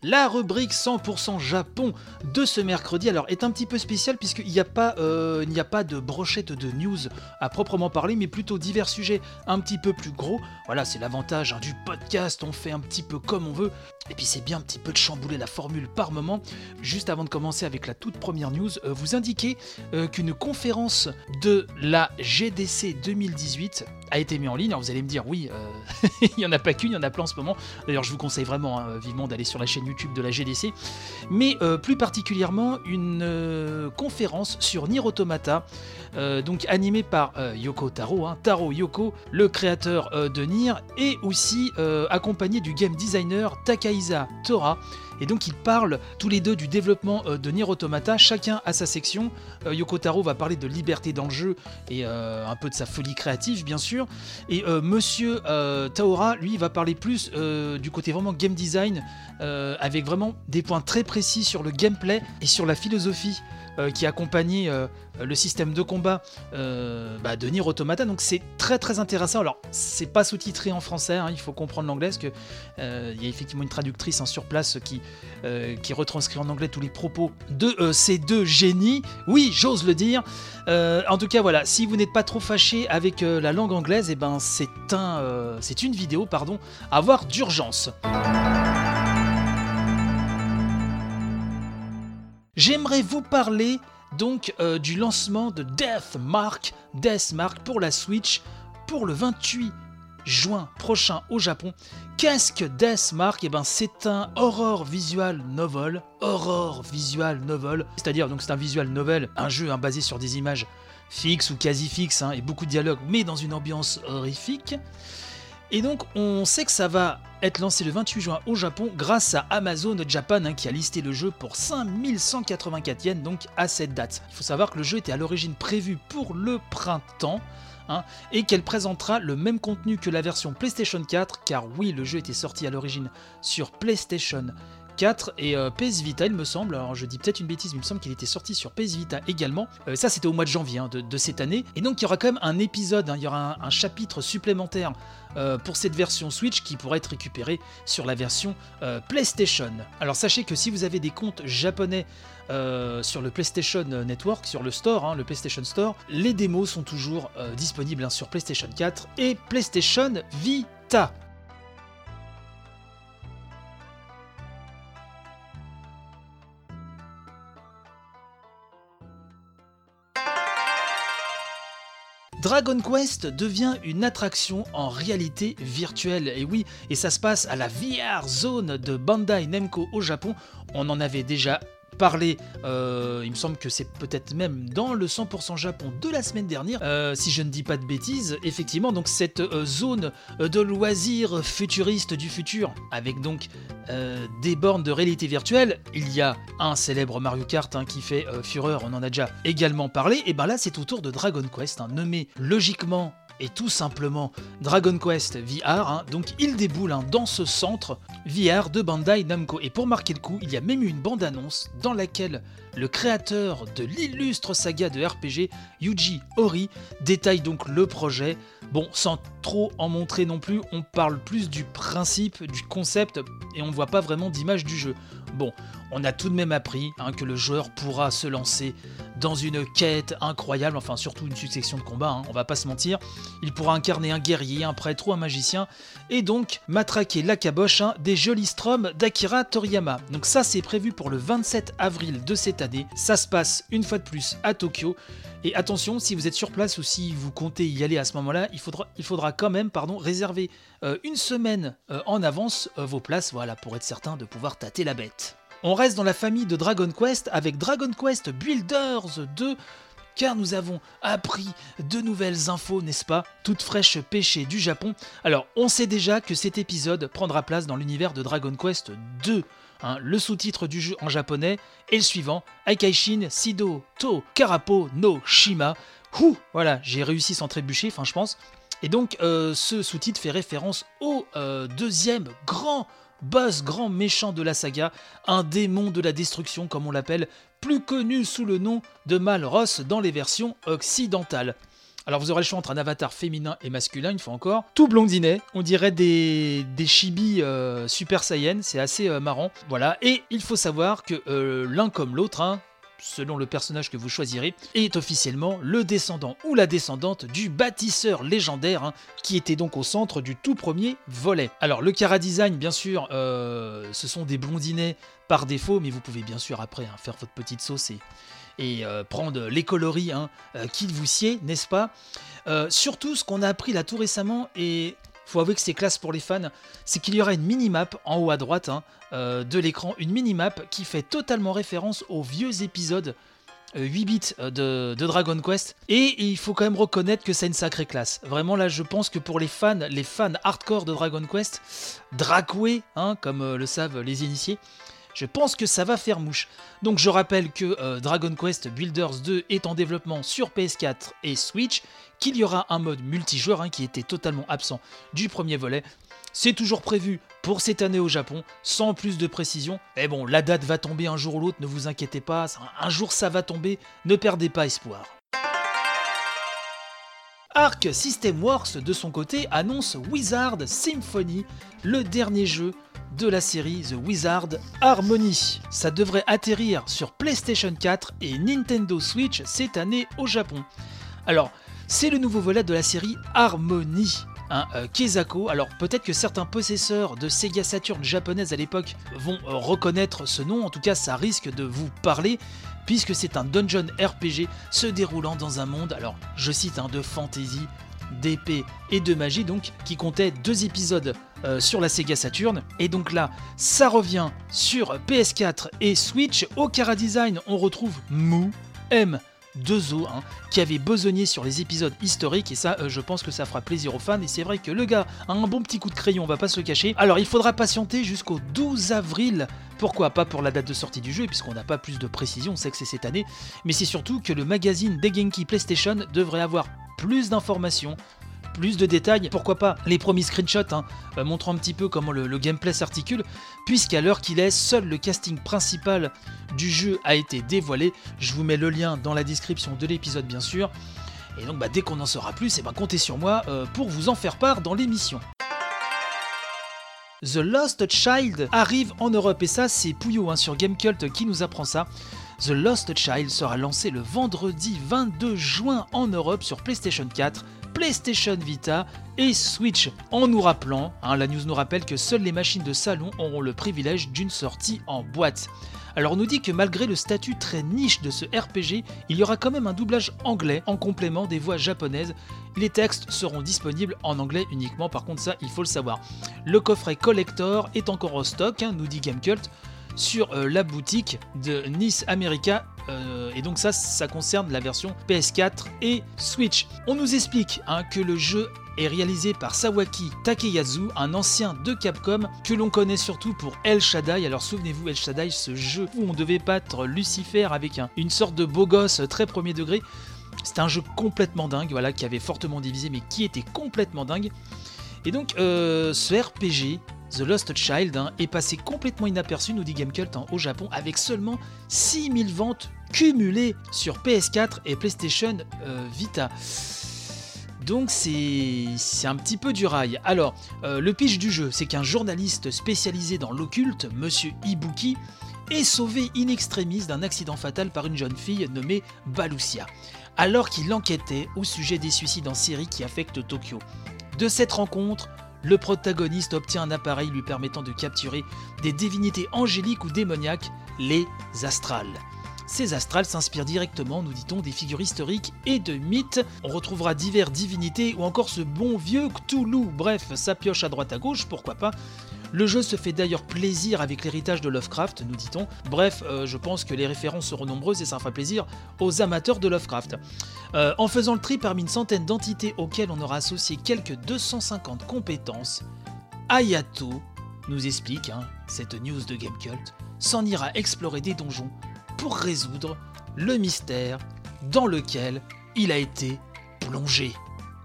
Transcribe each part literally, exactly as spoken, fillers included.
La rubrique cent pour cent Japon de ce mercredi alors est un petit peu spéciale puisqu'il n'y a pas, euh, il n'y a pas de brochette de news à proprement parler, mais plutôt divers sujets un petit peu plus gros. Voilà, c'est l'avantage hein, du podcast, on fait un petit peu comme on veut. Et puis c'est bien un petit peu de chambouler la formule par moment. Juste avant de commencer avec la toute première news, euh, vous indiquez euh, qu'une conférence de la G D C deux mille dix-huit a été mise en ligne. Alors vous allez me dire, oui, euh, il n'y en a pas qu'une, il y en a plein en ce moment. D'ailleurs, je vous conseille vraiment hein, vivement d'aller sur la chaîne YouTube de la G D C. Mais euh, plus particulièrement, une euh, conférence sur Nier Automata, euh, donc animée par euh, Yoko Taro, hein, Taro Yoko, le créateur euh, de Nier, et aussi euh, accompagné du game designer Takahisa Tora. Et donc ils parlent tous les deux du développement euh, de Nier Automata, chacun à sa section. Euh, Yoko Taro va parler de liberté dans le jeu et euh, un peu de sa folie créative bien sûr. Et euh, Monsieur euh, Taora, lui, va parler plus euh, du côté vraiment game design, euh, avec vraiment des points très précis sur le gameplay et sur la philosophie euh, qui accompagnait euh, le système de combat euh, bah, de Nier Automata. Donc c'est très très intéressant. Alors c'est pas sous-titré en français, hein, il faut comprendre l'anglais parce que euh, il y a effectivement une traductrice hein, sur place qui Euh, qui retranscrit en anglais tous les propos de euh, ces deux génies. Oui, j'ose le dire. Euh, en tout cas, voilà, si vous n'êtes pas trop fâché avec euh, la langue anglaise, et eh ben c'est un, euh, c'est une vidéo, pardon, à voir d'urgence. J'aimerais vous parler donc euh, du lancement de Deathmark, Deathmark pour la Switch pour le vingt-huit juin prochain au Japon. Qu'est-ce que Deathmark ? Eh ben, c'est un horror visual novel. Horror visual novel. C'est-à-dire, donc c'est un visual novel, un jeu hein, basé sur des images fixes ou quasi fixes hein, et beaucoup de dialogues, mais dans une ambiance horrifique. Et donc, on sait que ça va être lancé le vingt-huit juin au Japon grâce à Amazon Japan hein, qui a listé le jeu pour cinq mille cent quatre-vingt-quatre yens, donc à cette date. Il faut savoir que le jeu était à l'origine prévu pour le printemps. Hein, et qu'elle présentera le même contenu que la version PlayStation quatre, car oui, le jeu était sorti à l'origine sur PlayStation quatre et euh, P S Vita, il me semble. Alors je dis peut-être une bêtise, mais il me semble qu'il était sorti sur P S Vita également. Euh, ça, c'était au mois de janvier hein, de, de cette année. Et donc, il y aura quand même un épisode, hein, il y aura un, un chapitre supplémentaire euh, pour cette version Switch qui pourra être récupéré sur la version euh, PlayStation. Alors, sachez que si vous avez des comptes japonais Euh, sur le PlayStation Network, sur le store, hein, le PlayStation Store, les démos sont toujours euh, disponibles hein, sur PlayStation quatre et PlayStation Vita. Dragon Quest devient une attraction en réalité virtuelle, et oui, et ça se passe à la V R Zone de Bandai Namco au Japon. On en avait déjà parlé, euh, il me semble que c'est peut-être même dans le cent pour cent Japon de la semaine dernière, euh, si je ne dis pas de bêtises, effectivement, donc cette euh, zone de loisirs futuriste du futur, avec donc euh, des bornes de réalité virtuelle. Il y a un célèbre Mario Kart hein, qui fait euh, fureur, on en a déjà également parlé, et ben là c'est au tour de Dragon Quest, hein, nommé logiquement et tout simplement Dragon Quest V R, hein, donc il déboule hein, dans ce centre V R de Bandai Namco. Et pour marquer le coup, il y a même eu une bande-annonce dans laquelle le créateur de l'illustre saga de R P G, Yuji Horii, détaille donc le projet. Bon, sans trop en montrer non plus, on parle plus du principe, du concept, et on ne voit pas vraiment d'image du jeu. Bon, on a tout de même appris hein, que le joueur pourra se lancer dans une quête incroyable, enfin surtout une succession de combats, hein, on va pas se mentir. Il pourra incarner un guerrier, un prêtre ou un magicien, et donc matraquer la caboche hein, des jolis stroms d'Akira Toriyama. Donc ça c'est prévu pour le vingt-sept avril de cette année, ça se passe une fois de plus à Tokyo. Et attention, si vous êtes sur place ou si vous comptez y aller à ce moment-là, il faudra, il faudra quand même pardon, réserver euh, une semaine euh, en avance euh, vos places, voilà, pour être certain de pouvoir tâter la bête. On reste dans la famille de Dragon Quest avec Dragon Quest Builders deux, car nous avons appris de nouvelles infos, n'est-ce pas, toutes fraîches pêchées du Japon. Alors, on sait déjà que cet épisode prendra place dans l'univers de Dragon Quest deux. Hein, le sous-titre du jeu en japonais est le suivant, Akaishin Sido To Karapo no Shima. Ouh, voilà, j'ai réussi sans trébucher, enfin je pense. Et donc, euh, ce sous-titre fait référence au euh, deuxième grand boss, grand méchant de la saga, un démon de la destruction comme on l'appelle, plus connu sous le nom de Malros dans les versions occidentales. Alors vous aurez le choix entre un avatar féminin et masculin, une fois encore. Tout blondinet, on dirait des, des chibis euh, super saiyan, c'est assez euh, marrant. Voilà, et il faut savoir que euh, l'un comme l'autre, hein, selon le personnage que vous choisirez, est officiellement le descendant ou la descendante du bâtisseur légendaire, hein, qui était donc au centre du tout premier volet. Alors le chara design, bien sûr, euh, ce sont des blondinets par défaut, mais vous pouvez bien sûr après hein, faire votre petite sauce et... et euh, prendre les coloris hein, euh, qu'il vous sied, n'est-ce pas euh, Surtout, ce qu'on a appris là tout récemment, et faut avouer que c'est classe pour les fans, c'est qu'il y aura une minimap en haut à droite hein, euh, de l'écran, une minimap qui fait totalement référence aux vieux épisodes euh, huit bits de, de Dragon Quest, et il faut quand même reconnaître que c'est une sacrée classe. Vraiment là, je pense que pour les fans, les fans hardcore de Dragon Quest, Dracoué, hein, comme euh, le savent les initiés, je pense que ça va faire mouche. Donc je rappelle que euh, Dragon Quest Builders deux est en développement sur P S quatre et Switch, qu'il y aura un mode multijoueur hein, qui était totalement absent du premier volet. C'est toujours prévu pour cette année au Japon, sans plus de précision. Mais bon, la date va tomber un jour ou l'autre, ne vous inquiétez pas, un jour ça va tomber, ne perdez pas espoir. Arc System Works, de son côté, annonce Wizard Symphony, le dernier jeu de la série The Wizard Harmony. Ça devrait atterrir sur PlayStation quatre et Nintendo Switch cette année au Japon. Alors, c'est le nouveau volet de la série Harmony. Hein, euh, Kezako, alors peut-être que certains possesseurs de Sega Saturn japonaise à l'époque vont euh, reconnaître ce nom, en tout cas ça risque de vous parler, puisque c'est un dungeon R P G se déroulant dans un monde, alors je cite, hein, de fantasy, d'épée et de magie, donc qui comptait deux épisodes euh, sur la Sega Saturn, et donc là ça revient sur P S quatre et Switch. Au chara design on retrouve Mu, M deux O, hein, qui avait besogné sur les épisodes historiques, et ça euh, je pense que ça fera plaisir aux fans, et c'est vrai que le gars a un bon petit coup de crayon, on va pas se le cacher. Alors il faudra patienter jusqu'au douze avril, pourquoi pas pour la date de sortie du jeu, puisqu'on n'a pas plus de précision, on sait que c'est cette année, mais c'est surtout que le magazine Dengeki PlayStation devrait avoir plus d'informations, plus de détails, pourquoi pas les premiers screenshots hein, euh, montrant un petit peu comment le, le gameplay s'articule, puisqu'à l'heure qu'il est, seul le casting principal du jeu a été dévoilé. Je vous mets le lien dans la description de l'épisode bien sûr, et donc bah, dès qu'on en saura plus, et bah, comptez sur moi euh, pour vous en faire part dans l'émission. The Lost Child arrive en Europe, et ça c'est Pouillot hein, sur Gamecult qui nous apprend ça. The Lost Child sera lancé le vendredi vingt-deux juin en Europe sur PlayStation quatre, PlayStation Vita et Switch, en nous rappelant, hein, la news nous rappelle que seules les machines de salon auront le privilège d'une sortie en boîte. Alors on nous dit que malgré le statut très niche de ce R P G, il y aura quand même un doublage anglais en complément des voix japonaises. Les textes seront disponibles en anglais uniquement, par contre ça il faut le savoir. Le coffret collector est encore au stock, hein, nous dit Gamecult, sur euh, la boutique de Nice America, euh, et donc ça, ça concerne la version P S quatre et Switch. On nous explique hein, que le jeu est réalisé par Sawaki Takeyasu, un ancien de Capcom que l'on connaît surtout pour El Shaddai. Alors souvenez-vous, El Shaddai, ce jeu où on devait battre Lucifer avec un, une sorte de beau gosse très premier degré. C'était un jeu complètement dingue, voilà, qui avait fortement divisé, mais qui était complètement dingue. Et donc euh, ce R P G, The Lost Child, hein, est passé complètement inaperçu, nous dit Gamecult, hein, au Japon, avec seulement six mille ventes cumulées sur P S quatre et PlayStation euh, Vita. Donc c'est un petit peu du rail. Alors, euh, le pitch du jeu, c'est qu'un journaliste spécialisé dans l'occulte, Monsieur Ibuki, est sauvé in extremis d'un accident fatal par une jeune fille nommée Balucia, alors qu'il enquêtait au sujet des suicides en série qui affectent Tokyo. De cette rencontre, le protagoniste obtient un appareil lui permettant de capturer des divinités angéliques ou démoniaques, les astrales. Ces astrales s'inspirent directement, nous dit-on, des figures historiques et de mythes. On retrouvera diverses divinités ou encore ce bon vieux Cthulhu. Bref, ça pioche à droite à gauche, pourquoi pas. Le jeu se fait d'ailleurs plaisir avec l'héritage de Lovecraft, nous dit-on. Bref, euh, je pense que les références seront nombreuses et ça fera plaisir aux amateurs de Lovecraft. Euh, en faisant le tri parmi une centaine d'entités auxquelles on aura associé quelques deux cent cinquante compétences, Ayato nous explique, hein, cette news de Gamecult, s'en ira explorer des donjons pour résoudre le mystère dans lequel il a été plongé.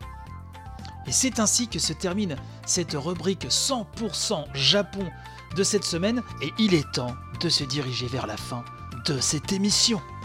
Et c'est ainsi que se termine cette rubrique cent pour cent Japon de cette semaine, et il est temps de se diriger vers la fin de cette émission.